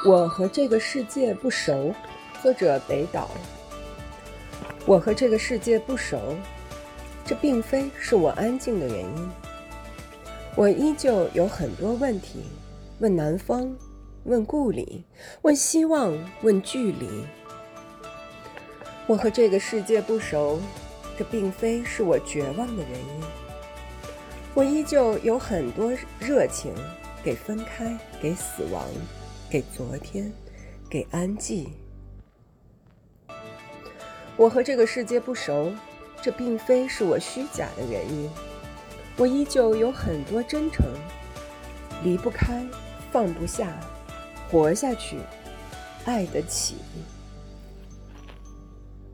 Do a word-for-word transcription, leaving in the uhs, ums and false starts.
我和这个世界不熟，作者北岛。我和这个世界不熟，这并非是我安静的原因。我依旧有很多问题，问南方，问故里，问希望，问距离。我和这个世界不熟，这并非是我绝望的原因。我依旧有很多热情，给分开，给死亡，给昨天，给安寂。我和这个世界不熟，这并非是我虚假的原因。我依旧有很多真诚，离不开，放不下，活下去，爱得起。